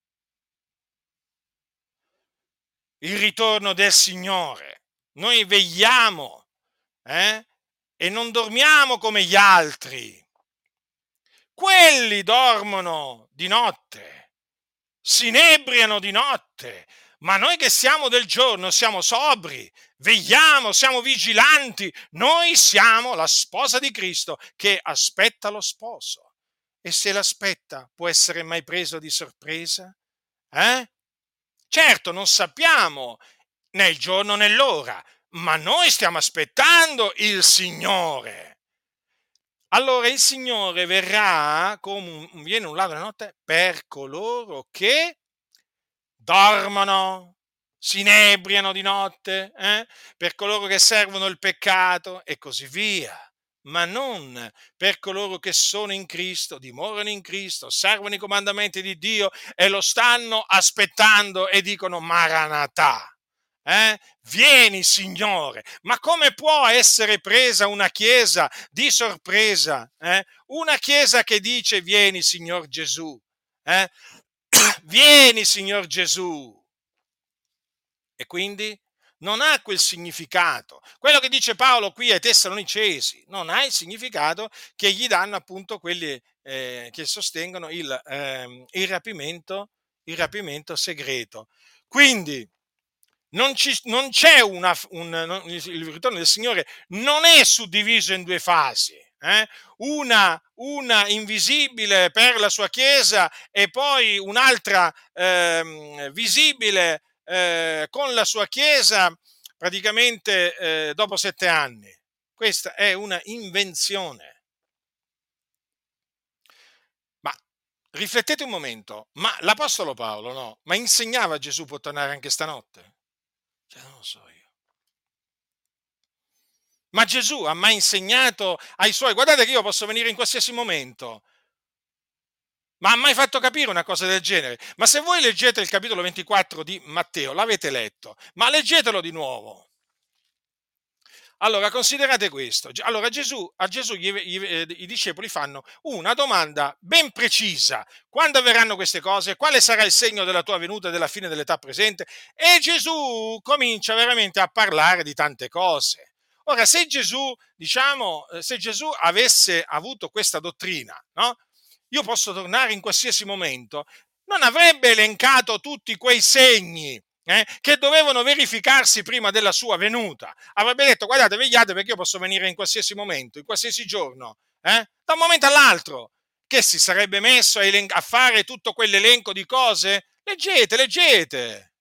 A: il ritorno del Signore, noi vegliamo e non dormiamo come gli altri. Quelli dormono di notte, si inebriano di notte, ma noi che siamo del giorno siamo sobri, vegliamo, siamo vigilanti, noi siamo la sposa di Cristo che aspetta lo sposo. E se l'aspetta, può essere mai preso di sorpresa? Certo, non sappiamo né il giorno né l'ora, ma noi stiamo aspettando il Signore. Allora il Signore verrà viene un ladro la notte per coloro che dormono, si inebriano di notte, per coloro che servono il peccato e così via, ma non per coloro che sono in Cristo, dimorano in Cristo, servono i comandamenti di Dio e lo stanno aspettando e dicono Maranatà. Vieni Signore, ma come può essere presa una chiesa di sorpresa? Una chiesa che dice vieni Signor Gesù, eh? Vieni Signor Gesù, e quindi non ha quel significato. Quello che dice Paolo qui ai Tessalonicesi non ha il significato che gli danno appunto quelli che sostengono il rapimento segreto. Quindi non c'è il ritorno del Signore non è suddiviso in due fasi, una invisibile per la sua Chiesa e poi un'altra visibile con la sua Chiesa praticamente dopo 7 anni. Questa è una invenzione. Ma riflettete un momento, ma l'Apostolo Paolo, no? Ma insegnava Gesù può tornare anche stanotte? Cioè, non lo so io. Ma Gesù ha mai insegnato ai suoi, guardate che io posso venire in qualsiasi momento, ma ha mai fatto capire una cosa del genere? Ma se voi leggete il capitolo 24 di Matteo, l'avete letto, ma leggetelo di nuovo. Allora, considerate questo. Allora, a Gesù i discepoli fanno una domanda ben precisa. Quando avverranno queste cose? Quale sarà il segno della tua venuta e della fine dell'età presente? E Gesù comincia veramente a parlare di tante cose. Ora, se Gesù, se Gesù avesse avuto questa dottrina, no? Io posso tornare in qualsiasi momento, non avrebbe elencato tutti quei segni che dovevano verificarsi prima della sua venuta. Avrebbe detto, guardate, vegliate perché io posso venire in qualsiasi momento, in qualsiasi giorno, da un momento all'altro. Che si sarebbe messo a fare tutto quell'elenco di cose? Leggete.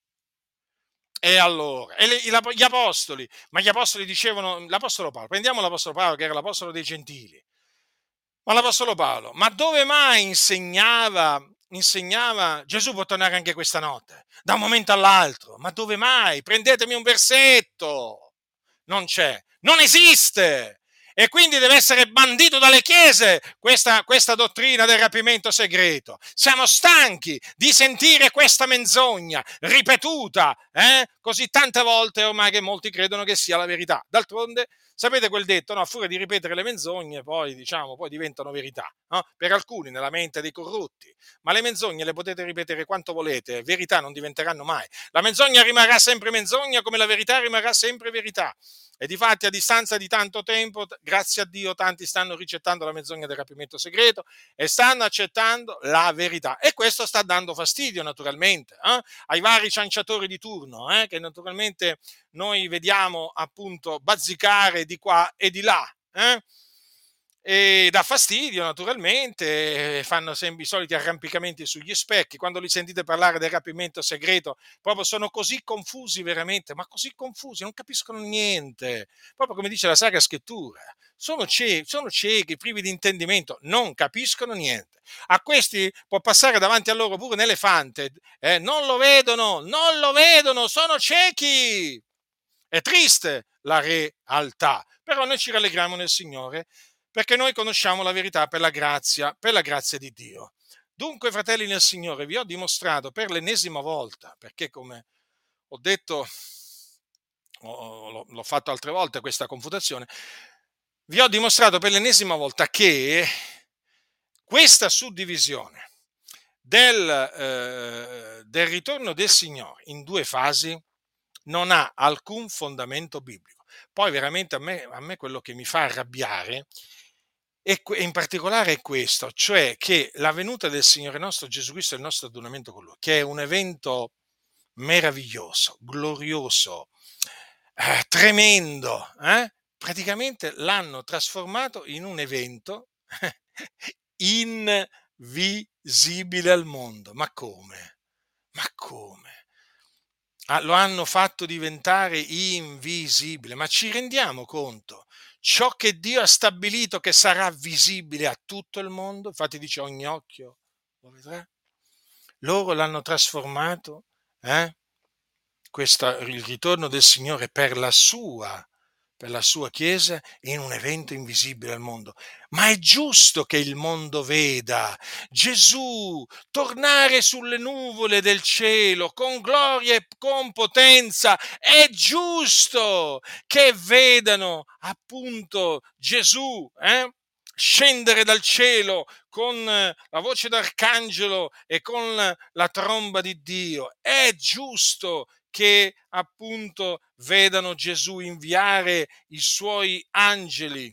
A: E allora, gli apostoli, ma gli apostoli dicevano, l'apostolo Paolo, prendiamo l'apostolo Paolo che era l'apostolo dei gentili, ma l'Apostolo Paolo, ma dove mai insegnava Gesù può tornare anche questa notte, da un momento all'altro? Ma dove mai? Prendetemi un versetto. Non c'è, non esiste. E quindi deve essere bandito dalle chiese questa dottrina del rapimento segreto. Siamo stanchi di sentire questa menzogna ripetuta così tante volte ormai che molti credono che sia la verità. D'altronde, sapete quel detto, no? A furia di ripetere le menzogne, poi diventano verità, no? Per alcuni nella mente dei corrotti. Ma le menzogne le potete ripetere quanto volete, verità non diventeranno mai. La menzogna rimarrà sempre menzogna come la verità rimarrà sempre verità. E difatti a distanza di tanto tempo, grazie a Dio, tanti stanno ricettando la menzogna del rapimento segreto e stanno accettando la verità. E questo sta dando fastidio naturalmente ai vari cianciatori di turno, che naturalmente noi vediamo appunto bazzicare di qua e di là. E dà fastidio naturalmente, fanno sempre i soliti arrampicamenti sugli specchi, quando li sentite parlare del rapimento segreto, proprio sono così confusi veramente, ma così confusi, non capiscono niente, proprio come dice la Sacra Scrittura, sono ciechi, privi di intendimento, non capiscono niente. A questi può passare davanti a loro pure un elefante, non lo vedono, sono ciechi! È triste, la realtà. Però noi ci rallegriamo nel Signore perché noi conosciamo la verità per la grazia di Dio. Dunque, fratelli nel Signore, vi ho dimostrato per l'ennesima volta, perché come ho detto, l'ho fatto altre volte questa confutazione, vi ho dimostrato per l'ennesima volta che questa suddivisione del ritorno del Signore in due fasi non ha alcun fondamento biblico. Poi veramente a me quello che mi fa arrabbiare in particolare è questo, cioè che la venuta del Signore nostro Gesù Cristo e il nostro adunamento con Lui, che è un evento meraviglioso, glorioso, tremendo, praticamente l'hanno trasformato in un evento invisibile al mondo. Ma come? Ma come? Lo hanno fatto diventare invisibile. Ma ci rendiamo conto? Ciò che Dio ha stabilito che sarà visibile a tutto il mondo, infatti dice ogni occhio lo vedrà, loro l'hanno trasformato, eh? Il ritorno del Signore per la sua Chiesa in un evento invisibile al mondo. Ma è giusto che il mondo veda Gesù tornare sulle nuvole del cielo con gloria e con potenza. È giusto che vedano appunto Gesù scendere dal cielo con la voce d'arcangelo e con la tromba di Dio. È giusto che appunto vedano Gesù inviare i suoi angeli,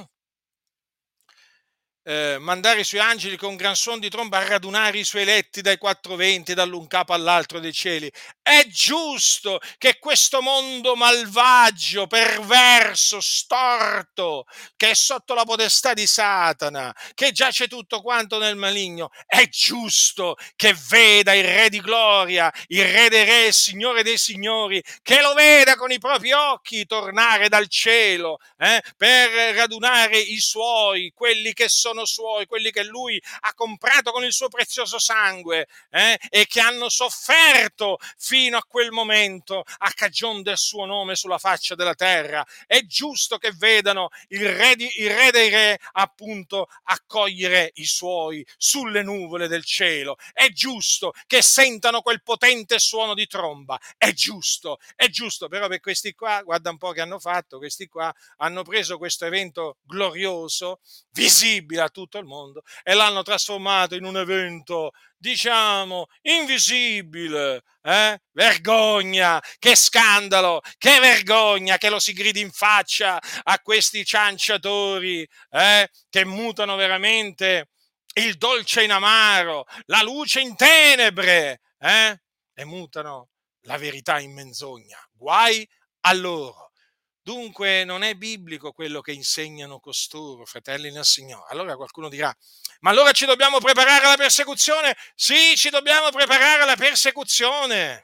A: mandare i suoi angeli con gran suon di tromba a radunare i suoi eletti dai quattro venti, dall'un capo all'altro dei cieli. È giusto che questo mondo malvagio, perverso, storto, che è sotto la potestà di Satana, che giace tutto quanto nel maligno, è giusto che veda il Re di gloria, il Re dei re, il Signore dei signori, che lo veda con i propri occhi tornare dal cielo per radunare i suoi, quelli che sono suoi, quelli che lui ha comprato con il suo prezioso sangue e che hanno sofferto fino a quel momento a cagion del suo nome sulla faccia della terra. È giusto che vedano il re dei re appunto accogliere i suoi sulle nuvole del cielo. È giusto che sentano quel potente suono di tromba. È giusto, però per questi qua, guarda un po' che hanno fatto, questi qua hanno preso questo evento glorioso, visibile a tutto il mondo, e l'hanno trasformato in un evento, diciamo, invisibile. Vergogna, che scandalo, che vergogna che lo si gridi in faccia a questi cianciatori che mutano veramente il dolce in amaro, la luce in tenebre, e mutano la verità in menzogna. Guai a loro. Dunque non è biblico quello che insegnano costoro, fratelli nel Signore. Allora qualcuno dirà, ma allora ci dobbiamo preparare alla persecuzione? Sì, ci dobbiamo preparare alla persecuzione.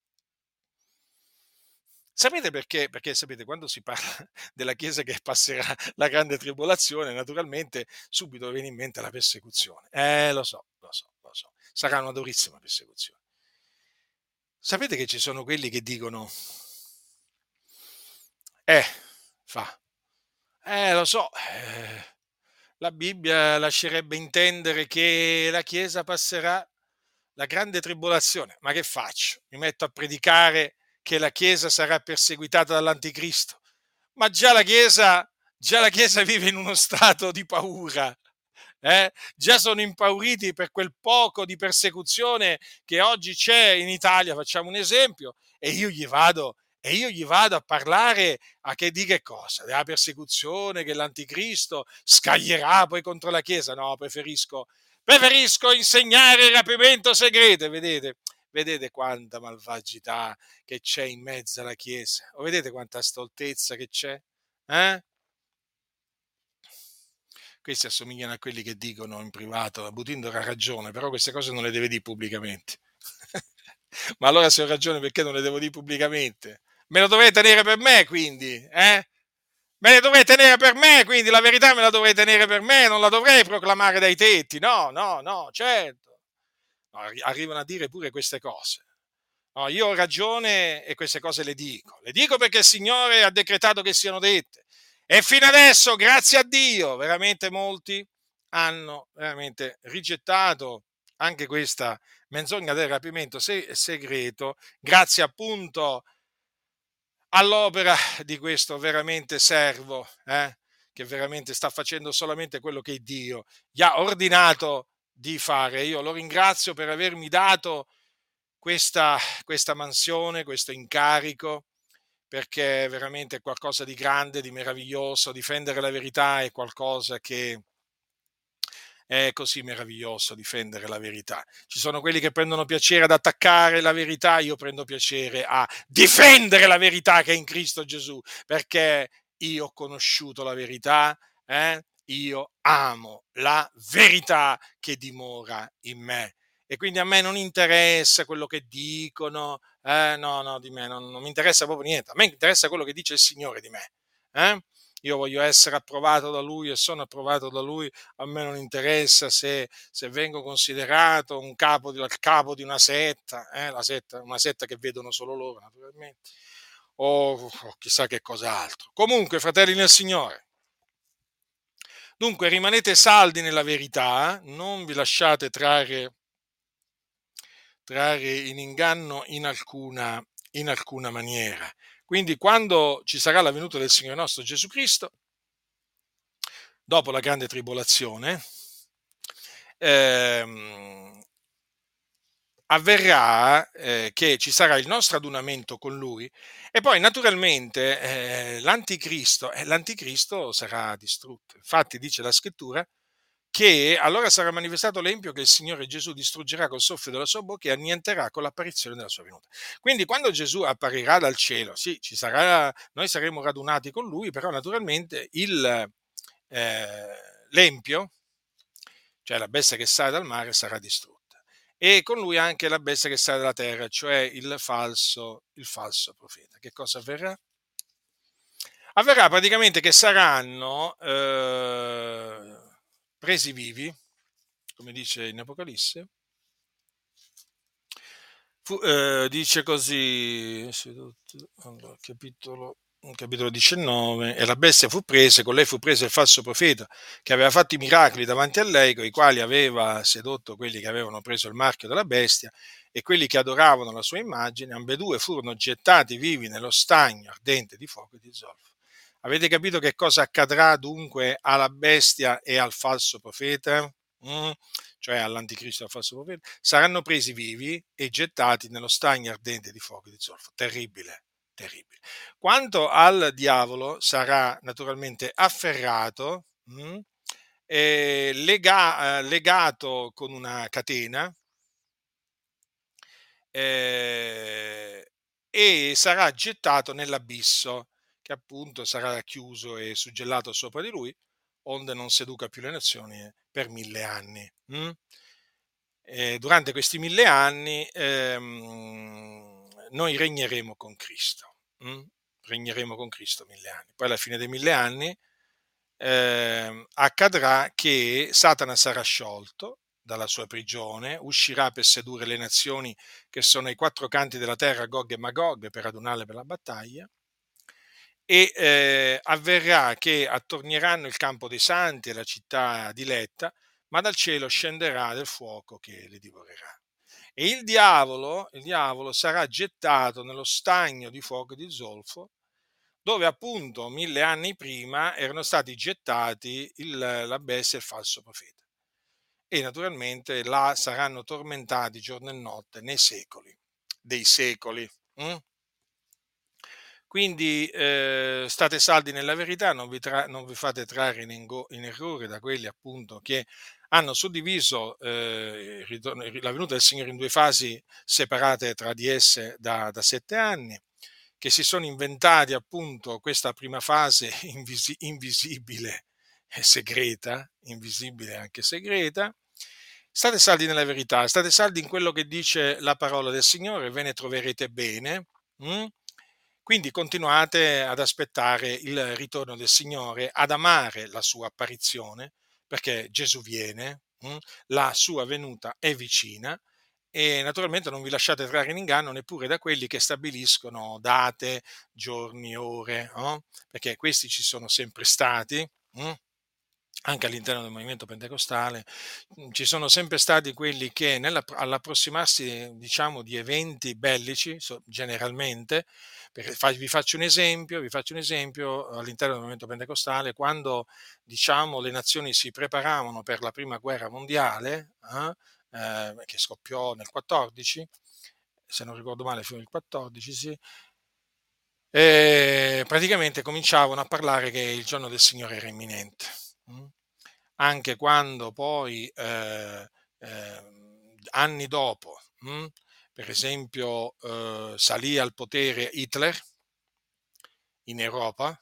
A: Sapete perché? Perché sapete, quando si parla della Chiesa che passerà la grande tribolazione, naturalmente subito viene in mente la persecuzione. Lo so, lo so, lo so. Sarà una durissima persecuzione. Sapete che ci sono quelli che dicono, eh, fa, lo so, la Bibbia lascerebbe intendere che la Chiesa passerà la grande tribolazione. Ma che faccio? Mi metto a predicare che la Chiesa sarà perseguitata dall'Anticristo? Ma già la Chiesa vive in uno stato di paura. Già sono impauriti per quel poco di persecuzione che oggi c'è in Italia, facciamo un esempio, e io gli vado a parlare di che cosa? Della persecuzione che l'Anticristo scaglierà poi contro la Chiesa? No, preferisco insegnare il rapimento segreto, vedete? Vedete quanta malvagità che c'è in mezzo alla Chiesa? O vedete quanta stoltezza che c'è? Eh? Questi assomigliano a quelli che dicono in privato, Butindoro ha ragione, però queste cose non le deve dire pubblicamente. Ma allora se ho ragione perché non le devo dire pubblicamente? Me lo dovrei tenere per me quindi, Me le dovrei tenere per me, quindi la verità me la dovrei tenere per me, non la dovrei proclamare dai tetti, no, no, no, certo. No, arrivano a dire pure queste cose. No, io ho ragione e queste cose le dico. Le dico perché il Signore ha decretato che siano dette. E fino adesso, grazie a Dio, veramente molti hanno veramente rigettato anche questa menzogna del rapimento segreto, grazie appunto all'opera di questo veramente servo, che veramente sta facendo solamente quello che Dio gli ha ordinato di fare. Io lo ringrazio per avermi dato questa, questa mansione, questo incarico, perché veramente è qualcosa di grande, di meraviglioso. Difendere la verità è qualcosa che è così meraviglioso, difendere la verità. Ci sono quelli che prendono piacere ad attaccare la verità, io prendo piacere a difendere la verità che è in Cristo Gesù, perché io ho conosciuto la verità, io amo la verità che dimora in me. E quindi a me non interessa quello che dicono, no, no, di me non mi interessa proprio niente, a me interessa quello che dice il Signore di me. Eh? Io voglio essere approvato da Lui e sono approvato da Lui. A me non interessa se vengo considerato il capo di una setta che vedono solo loro, naturalmente, o chissà che cos'altro. Comunque, fratelli nel Signore, dunque rimanete saldi nella verità, non vi lasciate trarre in inganno in alcuna maniera. Quindi, quando ci sarà la venuta del Signore nostro Gesù Cristo, dopo la grande tribolazione, ehm, avverrà che ci sarà il nostro adunamento con lui e poi naturalmente l'anticristo sarà distrutto. Infatti dice la scrittura che allora sarà manifestato l'empio che il Signore Gesù distruggerà col soffio della sua bocca e annienterà con l'apparizione della sua venuta. Quindi quando Gesù apparirà dal cielo, sì, noi saremo radunati con lui, però naturalmente l'empio, cioè la bestia che sale dal mare, sarà distrutta. E con lui anche la bestia che sale dalla terra, cioè il falso profeta. Che cosa avverrà? Avverrà praticamente che saranno presi vivi, come dice in Apocalisse, dice così, allora, capitolo 19, e la bestia fu presa, con lei fu preso il falso profeta che aveva fatto i miracoli davanti a lei, con i quali aveva sedotto quelli che avevano preso il marchio della bestia e quelli che adoravano la sua immagine, ambedue furono gettati vivi nello stagno ardente di fuoco e di zolfo. Avete capito che cosa accadrà dunque alla bestia e al falso profeta? Mm? Cioè all'anticristo e al falso profeta? Saranno presi vivi e gettati nello stagno ardente di fuoco e di zolfo. Terribile, terribile. Quanto al diavolo, sarà naturalmente afferrato, e legato con una catena, e sarà gettato nell'abisso, che appunto sarà chiuso e suggellato sopra di lui, onde non seduca più le nazioni per 1000 anni. E durante questi 1000 anni noi regneremo con Cristo. Regneremo con Cristo 1000 anni. Poi alla fine dei 1000 anni accadrà che Satana sarà sciolto dalla sua prigione, uscirà per sedurre le nazioni che sono ai quattro canti della terra, Gog e Magog, per adunarle per la battaglia, e avverrà che attornieranno il campo dei santi e la città diletta, ma dal cielo scenderà del fuoco che li divorerà. E il diavolo sarà gettato nello stagno di fuoco e di zolfo, dove appunto 1000 anni prima erano stati gettati la bestia e il falso profeta. E naturalmente là saranno tormentati giorno e notte nei secoli dei secoli. Mm? Quindi state saldi nella verità, non vi fate trarre in errore da quelli appunto che hanno suddiviso la venuta del Signore in due fasi separate tra di esse da 7 anni, che si sono inventati appunto questa prima fase invisibile e segreta, invisibile e anche segreta. State saldi nella verità, state saldi in quello che dice la parola del Signore, ve ne troverete bene. Mm? Quindi continuate ad aspettare il ritorno del Signore, ad amare la sua apparizione, perché Gesù viene, la sua venuta è vicina, e naturalmente non vi lasciate trarre in inganno neppure da quelli che stabiliscono date, giorni, ore, no? Perché questi ci sono sempre stati. mm? Anche all'interno del movimento pentecostale, ci sono sempre stati quelli che all'approssimarsi, diciamo, di eventi bellici, generalmente, perché vi faccio un esempio all'interno del movimento pentecostale, quando, diciamo, le nazioni si preparavano per la prima guerra mondiale, che scoppiò nel 14, se non ricordo male, fu nel 14, sì, e praticamente cominciavano a parlare che il giorno del Signore era imminente. mm? Anche quando poi, anni dopo, per esempio, salì al potere Hitler in Europa,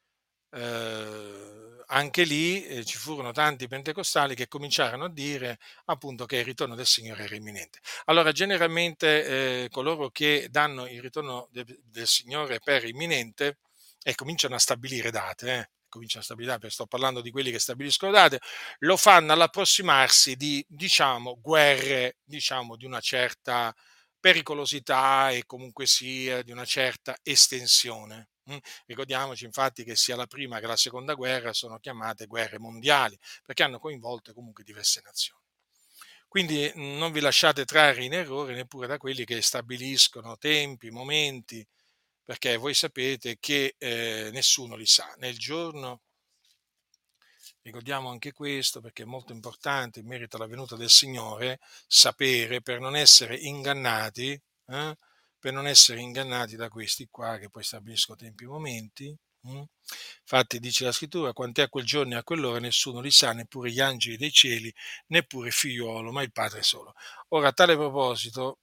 A: anche lì ci furono tanti pentecostali che cominciarono a dire appunto che il ritorno del Signore era imminente. Allora, generalmente coloro che danno il ritorno del Signore per imminente e cominciano a stabilire date, cominciano a stabilire date, perché sto parlando di quelli che stabiliscono date, lo fanno all'approssimarsi di, diciamo, guerre, diciamo, di una certa pericolosità e comunque sia di una certa estensione. Ricordiamoci infatti che sia la prima che la seconda guerra sono chiamate guerre mondiali, perché hanno coinvolto comunque diverse nazioni. Quindi non vi lasciate trarre in errore neppure da quelli che stabiliscono tempi, momenti, perché voi sapete che nessuno li sa, né il giorno. Ricordiamo anche questo perché è molto importante in merito alla venuta del Signore sapere per non essere ingannati, per non essere ingannati da questi qua che poi stabiliscono tempi e momenti. Infatti dice la scrittura, quant'è a quel giorno e a quell'ora nessuno li sa, neppure gli angeli dei cieli, neppure il figliuolo, ma il Padre solo. Ora, a tale proposito,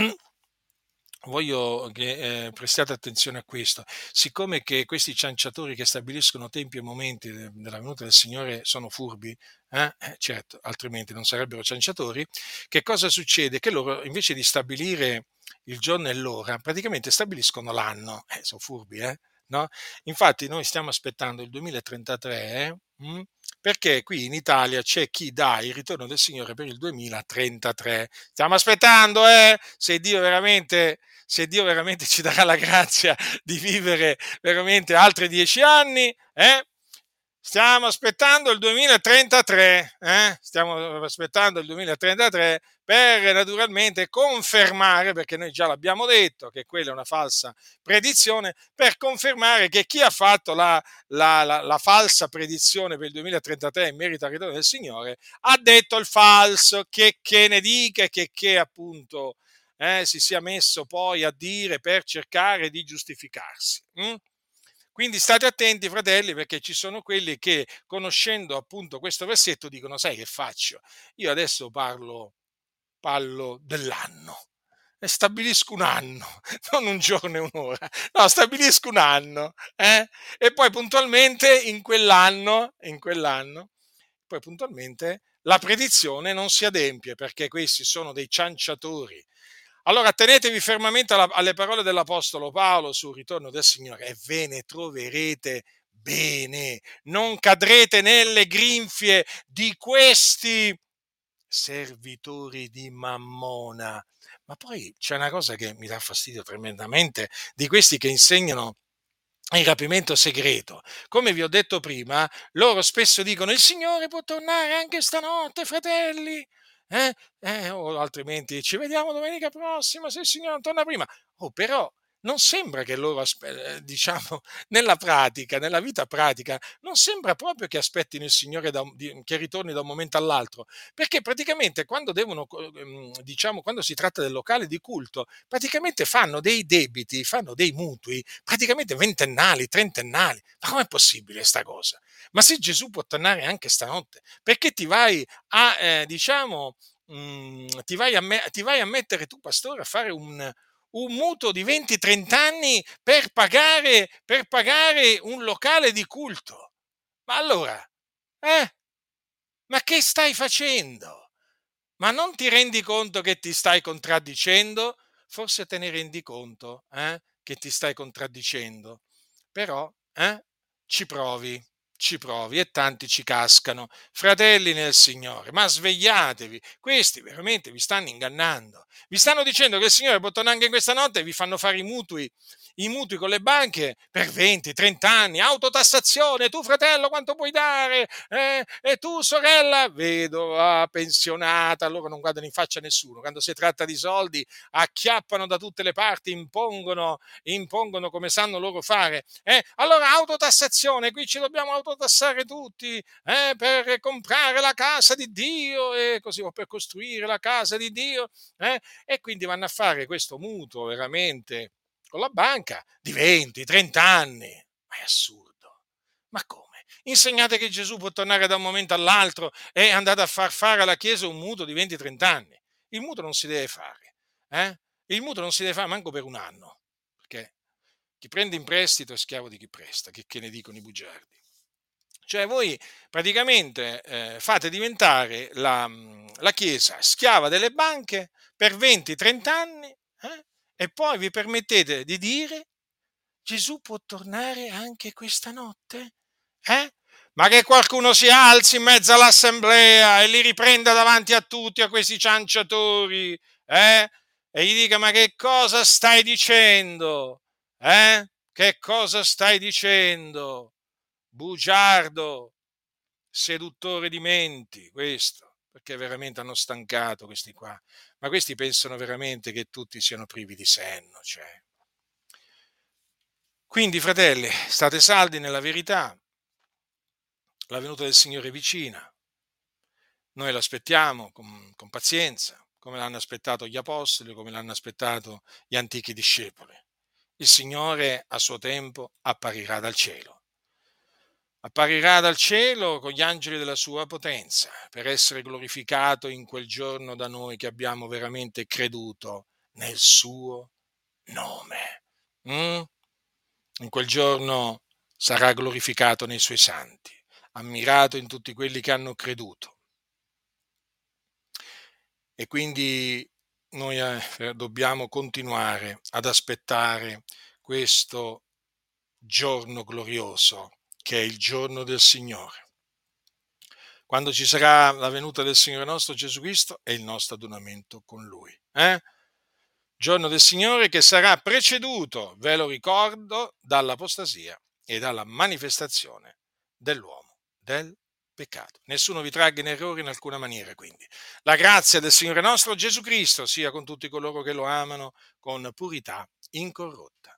A: voglio che prestiate attenzione a questo, siccome che questi cianciatori che stabiliscono tempi e momenti della venuta del Signore sono furbi, certo, altrimenti non sarebbero cianciatori, che cosa succede? Che loro invece di stabilire il giorno e l'ora, praticamente stabiliscono l'anno, sono furbi, no? Infatti noi stiamo aspettando il 2033, perché qui in Italia c'è chi dà il ritorno del Signore per il 2033. Stiamo aspettando, se Dio veramente ci darà la grazia di vivere veramente altri 10 anni, stiamo aspettando il 2033, stiamo aspettando il 2033 per naturalmente confermare, perché noi già l'abbiamo detto che quella è una falsa predizione, per confermare che chi ha fatto la falsa predizione per il 2033 in merito al ritorno del Signore ha detto il falso, che ne dica e che appunto si sia messo poi a dire per cercare di giustificarsi. Quindi state attenti, fratelli, perché ci sono quelli che, conoscendo appunto questo versetto, dicono: sai che faccio? Io adesso parlo dell'anno. E stabilisco un anno, non un giorno e un'ora, no, stabilisco un anno, e poi puntualmente poi puntualmente la predizione non si adempie perché questi sono dei cianciatori. Allora tenetevi fermamente alle parole dell'Apostolo Paolo sul ritorno del Signore e ve ne troverete bene, non cadrete nelle grinfie di questi servitori di Mammona. Ma poi c'è una cosa che mi dà fastidio tremendamente di questi che insegnano il rapimento segreto. Come vi ho detto prima, loro spesso dicono il Signore può tornare anche stanotte, fratelli. O altrimenti ci vediamo domenica prossima se il Signore non torna prima. Oh, però non sembra che loro, diciamo, nella pratica, nella vita pratica, non sembra proprio che aspettino il Signore che ritorni da un momento all'altro, perché praticamente quando devono, diciamo, quando si tratta del locale di culto, praticamente fanno dei debiti, fanno dei mutui, praticamente ventennali, trentennali. Ma com'è possibile sta cosa? Ma se Gesù può tornare anche stanotte, perché ti vai a, diciamo, ti vai a mettere tu, pastore, a fare un mutuo di 20-30 anni per pagare un locale di culto? Ma allora, eh? Ma che stai facendo? Ma non ti rendi conto che ti stai contraddicendo? Forse te ne rendi conto, che ti stai contraddicendo, però ci provi. ci provi e tanti ci cascano. Fratelli nel Signore, ma svegliatevi, questi veramente vi stanno ingannando. Vi stanno dicendo che il Signore può tornare anche in questa notte e vi fanno fare i mutui con le banche per 20, 30 anni, autotassazione, tu fratello quanto puoi dare? E tu sorella, vedova, pensionata, loro non guardano in faccia a nessuno, quando si tratta di soldi acchiappano da tutte le parti, impongono come sanno loro fare. Allora autotassazione, qui ci dobbiamo autotassare tutti per comprare la casa di Dio e così, o per costruire la casa di Dio. E quindi vanno a fare questo mutuo veramente con la banca di 20, 30 anni. Ma è assurdo. Ma come? Insegnate che Gesù può tornare da un momento all'altro e andate a far fare alla Chiesa un mutuo di 20, 30 anni. Il mutuo non si deve fare. Il mutuo non si deve fare manco per un anno, perché chi prende in prestito è schiavo di chi presta, che ne dicono i bugiardi. Cioè voi praticamente fate diventare la Chiesa schiava delle banche per 20-30 anni e poi vi permettete di dire Gesù può tornare anche questa notte? Eh? Ma che qualcuno si alzi in mezzo all'assemblea e li riprenda davanti a tutti, a questi cianciatori, e gli dica: ma che cosa stai dicendo? Che cosa stai dicendo? Bugiardo, seduttore di menti, questo, perché veramente hanno stancato questi qua. Ma questi pensano veramente che tutti siano privi di senno, cioè. Quindi, fratelli, state saldi nella verità, la venuta del Signore è vicina, noi l'aspettiamo con pazienza, come l'hanno aspettato gli apostoli, come l'hanno aspettato gli antichi discepoli. Il Signore a suo tempo apparirà dal cielo. Apparirà dal cielo con gli angeli della sua potenza per essere glorificato in quel giorno da noi che abbiamo veramente creduto nel suo nome. Mm? In quel giorno sarà glorificato nei suoi santi, ammirato in tutti quelli che hanno creduto. E quindi noi dobbiamo continuare ad aspettare questo giorno glorioso, che è il giorno del Signore, quando ci sarà la venuta del Signore nostro Gesù Cristo e il nostro adunamento con Lui. Giorno del Signore che sarà preceduto, ve lo ricordo, dall'apostasia e dalla manifestazione dell'uomo del peccato. Nessuno vi tragga in errore in alcuna maniera, quindi. La grazia del Signore nostro Gesù Cristo sia con tutti coloro che lo amano con purità incorrotta.